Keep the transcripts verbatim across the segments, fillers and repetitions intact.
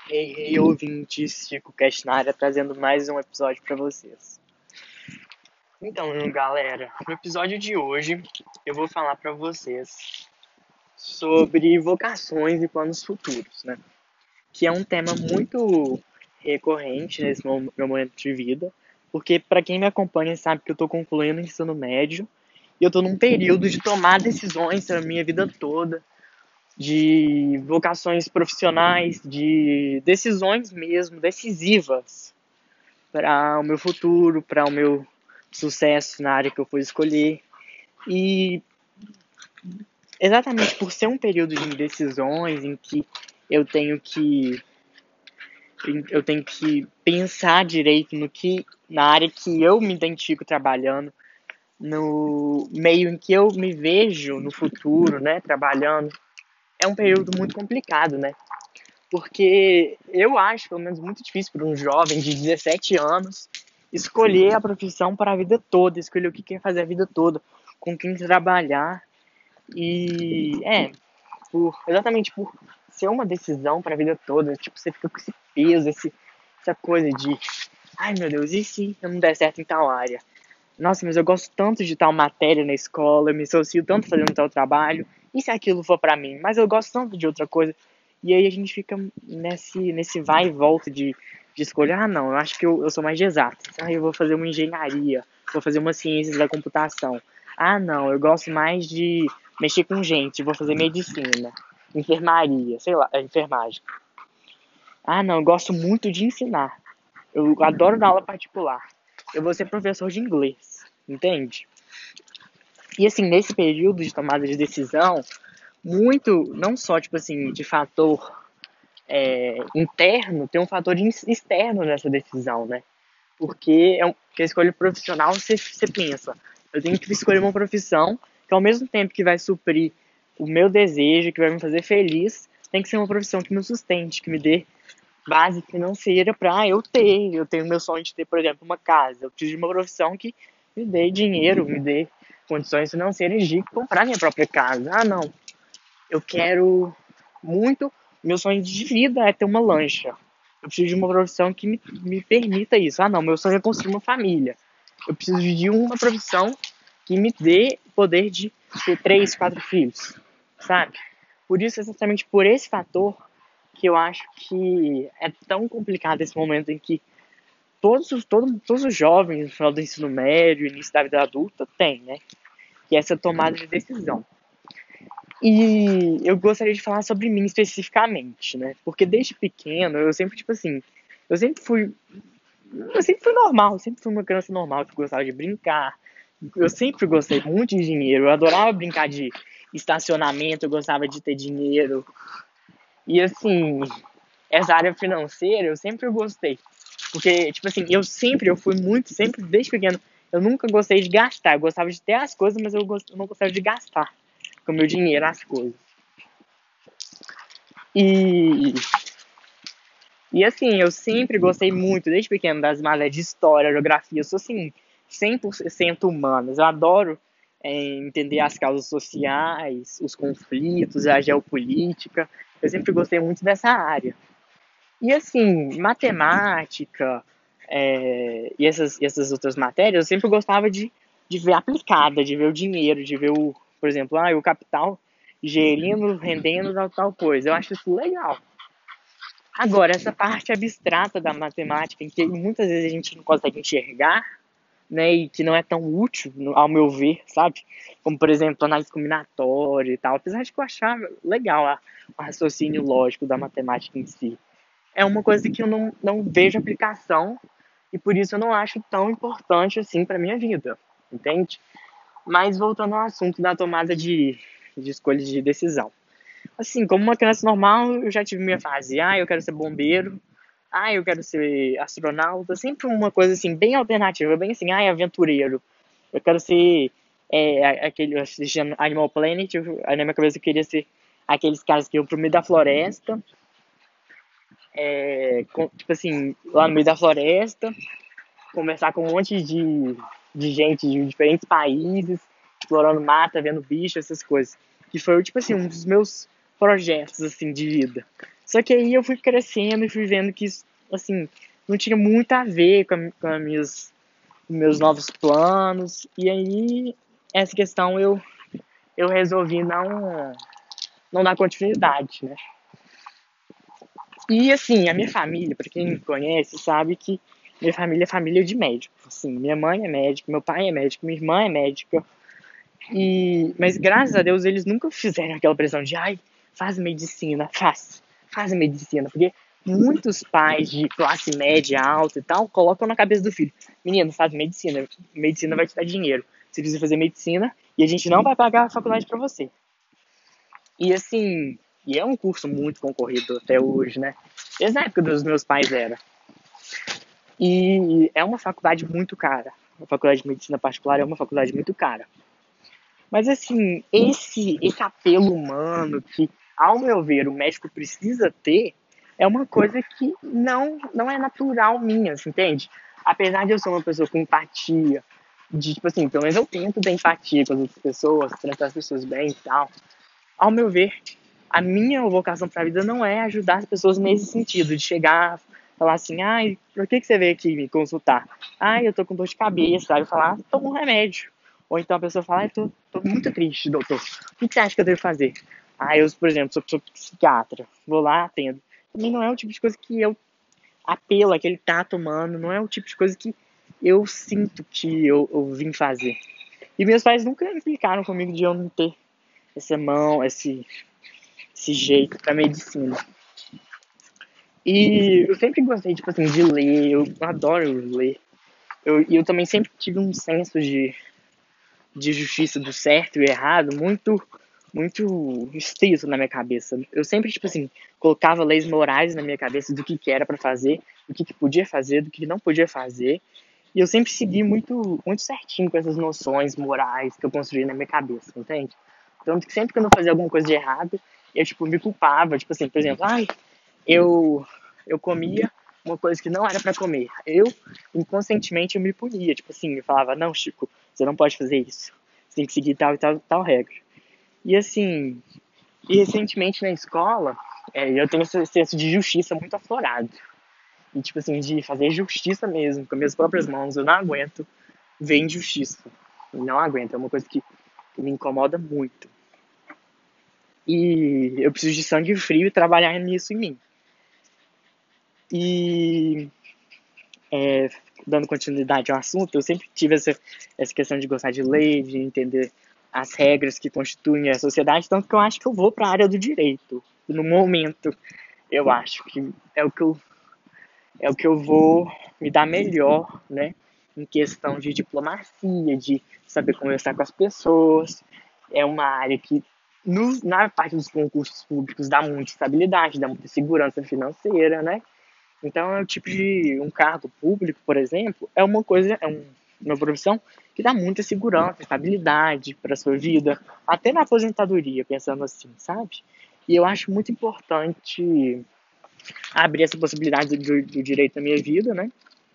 Hey, hey, ouvintes, Chico Cast na área, trazendo mais um episódio para vocês. Então, galera, no episódio de hoje eu vou falar para vocês sobre vocações e planos futuros, né? Que é um tema muito recorrente nesse meu momento de vida, porque para quem me acompanha sabe que eu estou concluindo o ensino médio e eu estou num período de tomar decisões a minha vida toda, de vocações profissionais, de decisões mesmo decisivas para o meu futuro, para o meu sucesso na área que eu for escolher. E exatamente por ser um período de indecisões em que eu tenho que eu tenho que pensar direito no que na área que eu me identifico trabalhando, no meio em que eu me vejo no futuro, né, trabalhando, é um período muito complicado, né? Porque eu acho, pelo menos, muito difícil para um jovem de dezessete anos escolher a profissão para a vida toda, escolher o que quer fazer a vida toda, com quem trabalhar. E é, por, exatamente por ser uma decisão para a vida toda, tipo, você fica com esse peso, esse, essa coisa de, ai meu Deus, e se eu não der certo em tal área? Nossa, mas eu gosto tanto de tal matéria na escola, eu me associo tanto fazendo tal trabalho, e se aquilo for para mim? Mas eu gosto tanto de outra coisa. E aí a gente fica nesse, nesse vai e volta de, de escolher, ah não, eu acho que eu, eu sou mais de exatas. Ah, eu vou fazer uma engenharia, vou fazer uma ciências da computação. Ah não, eu gosto mais de mexer com gente, vou fazer medicina, enfermaria, sei lá, enfermagem. Ah não, eu gosto muito de ensinar. Eu adoro dar aula particular. Eu vou ser professor de inglês, entende? E assim, nesse período de tomada de decisão, muito, não só tipo assim, de fator é, interno, tem um fator externo nessa decisão, né? Porque é um, que a escolha profissional, você, você pensa, eu tenho que escolher uma profissão que ao mesmo tempo que vai suprir o meu desejo, que vai me fazer feliz, tem que ser uma profissão que me sustente, que me dê base financeira para eu ter. Eu tenho meu sonho de ter, por exemplo, uma casa. Eu preciso de uma profissão que me dê dinheiro, me dê condições financeiras de comprar minha própria casa. Ah, não. Eu quero muito. Meu sonho de vida é ter uma lancha. Eu preciso de uma profissão que me, me permita isso. Ah, não. Meu sonho é construir uma família. Eu preciso de uma profissão que me dê poder de ter três, quatro filhos, sabe? Por isso, exatamente por esse fator, que eu acho que é tão complicado esse momento em que todos os, todo, todos os jovens, no final do ensino médio, início da vida adulta, têm, né? Que é essa tomada de decisão. E eu gostaria de falar sobre mim especificamente, né? Porque desde pequeno, eu sempre, tipo assim, eu sempre fui. Eu sempre fui normal, eu sempre fui uma criança normal que gostava de brincar. Eu sempre gostei muito de dinheiro, eu adorava brincar de estacionamento, eu gostava de ter dinheiro. E assim, essa área financeira eu sempre gostei. Porque, tipo assim, eu sempre, eu fui muito, sempre, desde pequeno, eu nunca gostei de gastar. Eu gostava de ter as coisas, mas eu, gost, eu não gostava de gastar com o meu dinheiro as coisas. E, e assim, eu sempre gostei muito, desde pequeno, das matérias de história, geografia. Eu sou, assim, cem por cento humanas. Eu adoro é, entender as causas sociais, os conflitos, a geopolítica. Eu sempre gostei muito dessa área. E assim, matemática é, e essas, essas outras matérias, eu sempre gostava de, de ver aplicada, de ver o dinheiro, de ver o, por exemplo, ah, o capital gerindo, rendendo tal, tal coisa. Eu acho isso legal. Agora, essa parte abstrata da matemática, em que muitas vezes a gente não consegue enxergar, né, e que não é tão útil, ao meu ver, sabe? Como, por exemplo, análise combinatória e tal. Apesar de que eu achava legal a, o raciocínio lógico da matemática em si, é uma coisa que eu não, não vejo aplicação e por isso eu não acho tão importante assim para minha vida, entende? Mas voltando ao assunto da tomada de, de escolha de decisão. Assim, como uma criança normal, eu já tive minha fase, ah, eu quero ser bombeiro, ah, eu quero ser astronauta, sempre uma coisa assim, bem alternativa, bem assim, ah, aventureiro. Eu quero ser é, aquele, assistindo Animal Planet, aí na minha cabeça eu queria ser aqueles caras que iam pro meio da floresta, é, com, tipo assim, lá no meio da floresta, conversar com um monte de, de gente de diferentes países, explorando mata, vendo bicho, essas coisas. Que foi, tipo assim, um dos meus projetos, assim, de vida. Só que aí eu fui crescendo e fui vendo que isso, assim, não tinha muito a ver com, a, com a minhas, meus novos planos. E aí, essa questão eu, eu resolvi não, não dar continuidade, né? E assim, a minha família, pra quem me conhece, sabe que minha família é família de médicos. Assim, minha mãe é médica, meu pai é médico, minha irmã é médica. E, mas graças a Deus eles nunca fizeram aquela pressão de ai, faz medicina, faz, faz medicina, porque muitos pais de classe média alta e tal colocam na cabeça do filho, menino, faz medicina, medicina vai te dar dinheiro, você precisa fazer medicina e a gente não vai pagar a faculdade para você. E assim, e é um curso muito concorrido até hoje, né? Desde a época dos meus pais era. E é uma faculdade muito cara. A faculdade de medicina particular é uma faculdade muito cara. Mas assim, esse, esse apelo humano que, ao meu ver, o médico precisa ter, é uma coisa que não, não é natural minha, assim, entende? Apesar de eu ser uma pessoa com empatia, de, tipo assim, pelo menos eu tento ter empatia com as outras pessoas, tratar as pessoas bem e tal. Ao meu ver, a minha vocação para a vida não é ajudar as pessoas nesse sentido, de chegar, falar assim, ai, por que, que você veio aqui me consultar? Ai, eu tô com dor de cabeça, aí eu falar, ah, toma um remédio. Ou então a pessoa fala, ai, tô, tô muito triste, doutor. O que, que você acha que eu devo fazer? Ah, eu, por exemplo, sou, sou psiquiatra, vou lá, atendo. Também não é o tipo de coisa que eu apelo, aquele tato humano, não é o tipo de coisa que eu sinto que eu, eu vim fazer. E meus pais nunca implicaram comigo de eu não ter essa mão, esse, esse jeito pra medicina. E eu sempre gostei, tipo assim, de ler, eu adoro ler. Eu, e eu também sempre tive um senso de, de justiça do certo e errado muito, muito extenso na minha cabeça. Eu sempre, tipo assim, colocava leis morais na minha cabeça do que, que era pra fazer, do que, que podia fazer, do que não podia fazer. E eu sempre segui muito, muito certinho com essas noções morais que eu construí na minha cabeça, entende? Tanto que sempre que eu não fazia alguma coisa de errado, eu, tipo, me culpava. Tipo assim, por exemplo, ai, eu, eu comia uma coisa que não era pra comer. Eu, inconscientemente, eu me punia. Tipo assim, eu falava, não, Chico, você não pode fazer isso. Você tem que seguir tal e tal, tal regra. E assim, e recentemente na escola, é, eu tenho esse senso de justiça muito aflorado. E tipo assim, de fazer justiça mesmo, com as minhas próprias mãos. Eu não aguento ver injustiça. Não aguento, é uma coisa que, que me incomoda muito. E eu preciso de sangue frio e trabalhar nisso em mim. E é, dando continuidade ao assunto, eu sempre tive essa, essa questão de gostar de lei, de entender as regras que constituem a sociedade, tanto que eu acho que eu vou para a área do direito. No momento, eu acho que é o que eu, é o que eu vou me dar melhor, né? Em questão de diplomacia, de saber conversar com as pessoas. É uma área que, no, na parte dos concursos públicos, dá muita estabilidade, dá muita segurança financeira, né? Então, é o tipo de um cargo público, por exemplo, é uma coisa, é um, uma profissão que dá muita segurança, estabilidade para a sua vida, até na aposentadoria, pensando assim, sabe? E eu acho muito importante abrir essa possibilidade do, do direito na minha vida, né?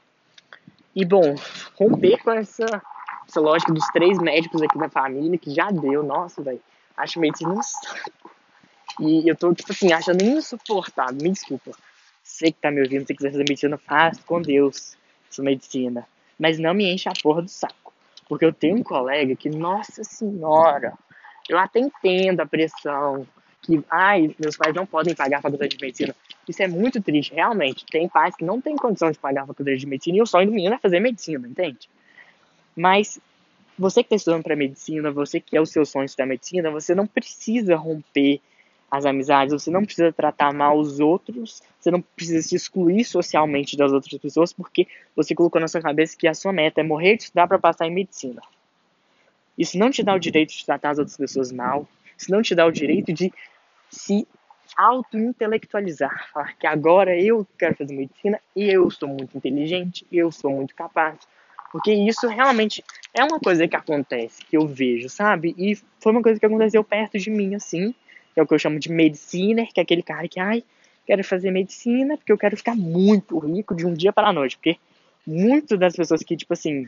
E, bom, romper com essa, essa lógica dos três médicos aqui da família, que já deu, nossa, velho, acho medicina um saco. E eu tô, tipo assim, achando insuportável, me desculpa. Você que tá me ouvindo, se quiser fazer medicina, faz com Deus sua medicina. Mas não me enche a porra do saco. Porque eu tenho um colega que, nossa senhora, eu até entendo a pressão, que, ai, meus pais não podem pagar a faculdade de medicina. Isso é muito triste, realmente. Tem pais que não têm condição de pagar a faculdade de medicina e o sonho do menino é fazer medicina, entende? Mas você que está estudando para medicina, você que é o seu sonho estudar medicina, você não precisa romper as amizades, você não precisa tratar mal os outros, você não precisa se excluir socialmente das outras pessoas, porque você colocou na sua cabeça que a sua meta é morrer de estudar para passar em medicina. Isso não te dá o direito de tratar as outras pessoas mal, isso não te dá o direito de se auto-intelectualizar, falar que agora eu quero fazer medicina e eu sou muito inteligente, eu sou muito capaz. Porque isso realmente é uma coisa que acontece, que eu vejo, sabe? E foi uma coisa que aconteceu perto de mim, assim, que é o que eu chamo de mediciner, que é aquele cara que, ai, quero fazer medicina porque eu quero ficar muito rico de um dia para a noite. Porque muitas das pessoas que, tipo assim,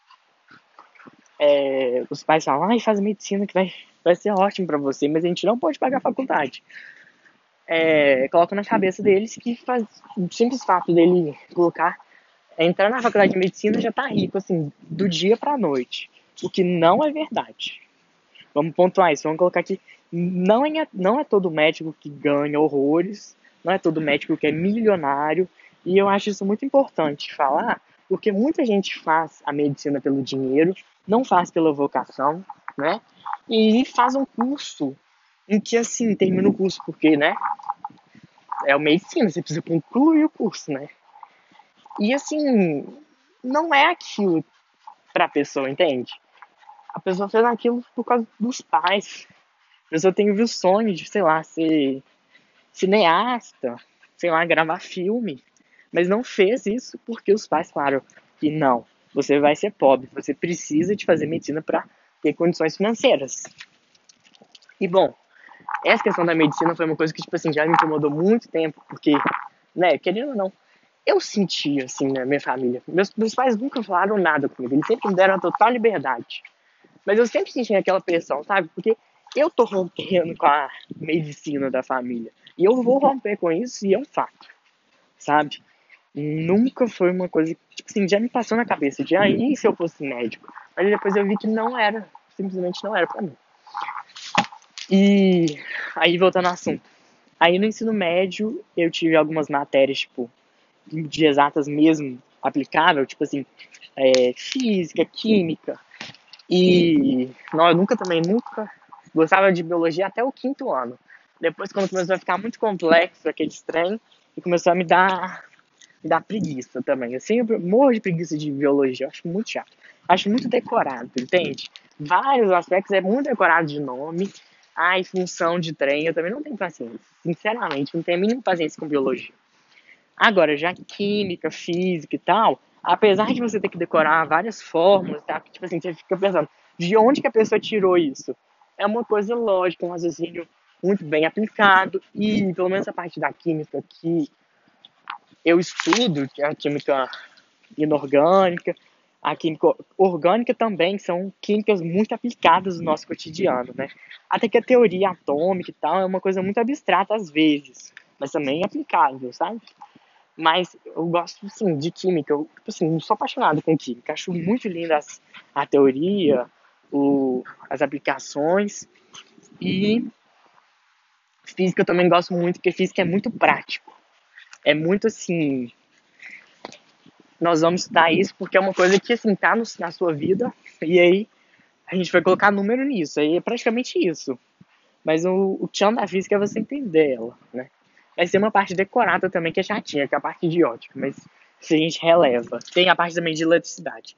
é, os pais falam, ai, faz medicina que vai, vai ser ótimo para você, mas a gente não pode pagar a faculdade. é, colocam na cabeça deles que faz, o simples fato dele colocar, é, entrar na faculdade de medicina já tá rico, assim, do dia pra noite. O que não é verdade. Vamos pontuar isso, vamos colocar aqui. Não é, não é todo médico que ganha horrores, não é todo médico que é milionário, e eu acho isso muito importante falar, porque muita gente faz a medicina pelo dinheiro, não faz pela vocação, né? E faz um curso em que, assim, termina o curso, porque, né? É o medicina, você precisa concluir o curso, né? E, assim, não é aquilo pra pessoa, entende? A pessoa fez aquilo por causa dos pais. A pessoa tem o sonho de, sei lá, ser cineasta, sei lá, gravar filme, mas não fez isso porque os pais falaram que não, você vai ser pobre, você precisa de fazer medicina para ter condições financeiras. E bom, essa questão da medicina foi uma coisa que, tipo assim, já me incomodou muito tempo, porque, né, querendo ou não, eu sentia, assim, na minha família. Meus, meus pais nunca falaram nada comigo, eles sempre me deram a total liberdade. Mas eu sempre senti aquela pressão, sabe? Porque eu tô rompendo com a medicina da família. E eu vou romper com isso e é um fato, sabe? Nunca foi uma coisa que, tipo assim, já me passou na cabeça de, ah, e se eu fosse médico? Mas depois eu vi que não era, simplesmente não era pra mim. E aí, voltando ao assunto. Aí no ensino médio, eu tive algumas matérias, tipo, de exatas mesmo, aplicável, tipo assim, é, física, química. E não, eu nunca também, nunca gostava de biologia até o quinto ano. Depois, quando começou a ficar muito complexo aquele trem, e começou a me dar, me dar preguiça também. Eu sempre morro de preguiça de biologia, eu acho muito chato. Acho muito decorado, entende? Vários aspectos é muito decorado de nome. Ai, função de trem, eu também não tenho paciência. Sinceramente, não tenho a mínima paciência com biologia. Agora, já química, física e tal, apesar de você ter que decorar várias fórmulas, tá? Tipo assim, você fica pensando, de onde que a pessoa tirou isso? É uma coisa lógica, um raciocínio muito bem aplicado, e pelo menos a parte da química que eu estudo, que é a química inorgânica, a química orgânica também, são químicas muito aplicadas no nosso cotidiano, né? Até que a teoria atômica e tal é uma coisa muito abstrata às vezes, mas também aplicável, sabe? Mas eu gosto, sim, de química. Eu, tipo assim, sou apaixonado com química. Acho muito linda as, a teoria, o, as aplicações. E física eu também gosto muito, porque física é muito prático. É muito assim. Nós vamos estudar isso porque é uma coisa que, assim, tá no, na sua vida. E aí a gente vai colocar número nisso. Aí é praticamente isso. Mas o, o tchan da física é você entender ela, né? Vai ser uma parte decorada também que é chatinha, que é a parte de ótica, mas isso a gente releva. Tem a parte também de eletricidade.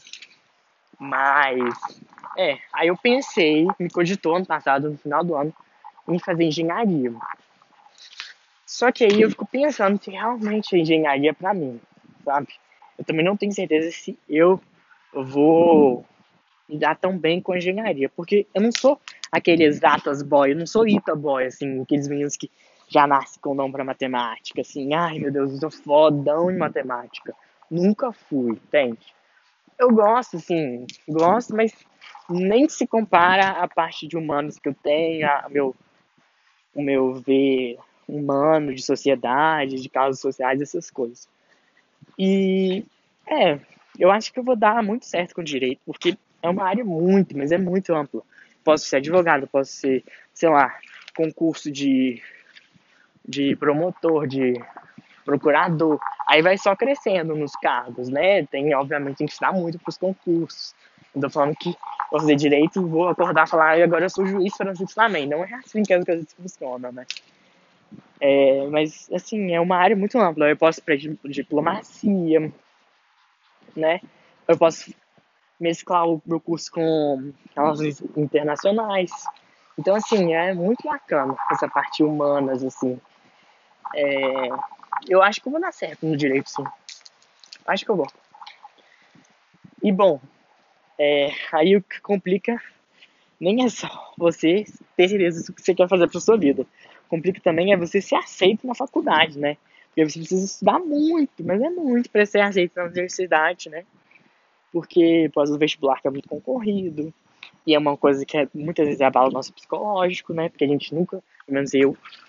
Mas, é, aí eu pensei, me cogitou ano passado, no final do ano, em fazer engenharia. Só que aí eu fico pensando se realmente a engenharia é pra mim, sabe? Eu também não tenho certeza se eu vou me dar tão bem com a engenharia, porque eu não sou aquele exatas boy, eu não sou ita boy, assim, aqueles meninos que já nascem com dom pra matemática, assim, ai meu Deus, eu sou fodão em matemática. Nunca fui, entende? Eu gosto, assim, gosto, mas nem se compara à parte de humanos que eu tenho, a meu, o meu ver humano, de sociedade, de causas sociais, essas coisas. E, é, eu acho que eu vou dar muito certo com direito, porque é uma área muito, mas é muito ampla. Posso ser advogado, posso ser, sei lá, concurso de, de promotor, de procurador. Aí vai só crescendo nos cargos, né? Tem, obviamente, tem que estudar muito para os concursos. Eu tô falando que vou fazer direito, vou acordar e falar, e agora eu sou juiz Francisco também. Não é assim que as coisas funcionam, né? É, mas, assim, é uma área muito ampla. Eu posso ir para diplomacia, né? Eu posso mesclar o meu curso com relações internacionais. Então, assim, é muito bacana essa parte humanas, assim. É, eu acho que eu vou dar certo no direito, sim. Acho que eu vou. E, bom, é, aí o que complica nem é só você ter certeza do que você quer fazer para sua vida. Complica também é você ser aceito na faculdade, né? Porque você precisa estudar muito, mas é muito para ser aceito na universidade, né? Porque pós o vestibular que é muito concorrido, e é uma coisa que é, muitas vezes abala o nosso psicológico, né? Porque a gente nunca, pelo menos eu,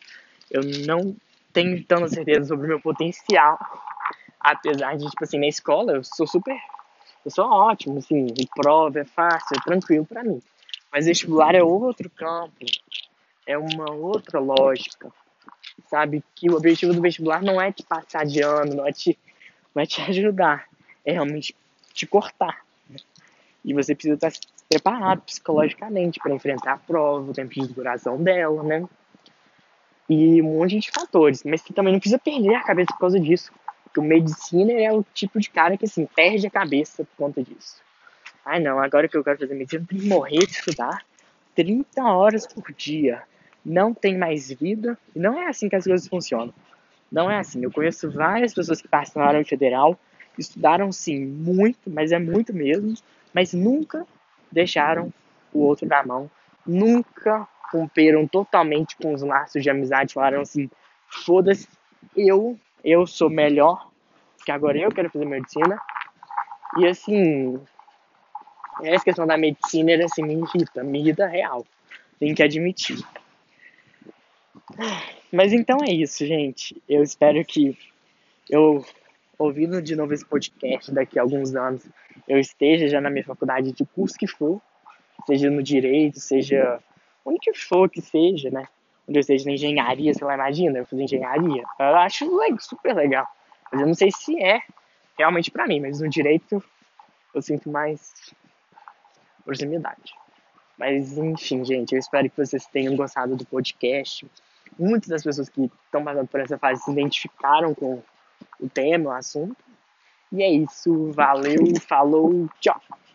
Eu não tenho tanta certeza sobre o meu potencial, apesar de, tipo assim, na escola eu sou super, eu sou ótimo, assim, e prova é fácil, é tranquilo pra mim. Mas vestibular é outro campo, é uma outra lógica, sabe? Que o objetivo do vestibular não é te passar de ano, não é te, não é te ajudar, é realmente te cortar. E você precisa estar preparado psicologicamente para enfrentar a prova, o tempo de duração dela, né? E um monte de fatores. Mas você também não precisa perder a cabeça por causa disso. Porque o medicina é o tipo de cara que, assim, perde a cabeça por conta disso. Ai, não, agora que eu quero fazer medicina, eu tenho que morrer de estudar trinta horas por dia. Não tem mais vida. E não é assim que as coisas funcionam. Não é assim. Eu conheço várias pessoas que passaram em federal, estudaram, sim, muito, mas é muito mesmo, mas nunca deixaram o outro na mão. Nunca romperam totalmente com os laços de amizade. Falaram assim, foda-se, eu, eu sou melhor, porque agora eu quero fazer medicina. E assim, essa questão da medicina, assim, me irrita, me irrita real. Tenho que admitir. Mas então é isso, gente. Eu espero que eu, ouvindo de novo esse podcast daqui a alguns anos, eu esteja já na minha faculdade de curso que for, seja no direito, seja onde que for que seja, né? Onde eu esteja na engenharia, sei lá, imagina, eu fazer engenharia. Eu acho super legal. Mas eu não sei se é realmente pra mim, mas no direito eu sinto mais proximidade. Mas enfim, gente, eu espero que vocês tenham gostado do podcast. Muitas das pessoas que estão passando por essa fase se identificaram com o tema, o assunto. E é isso, valeu, falou, tchau!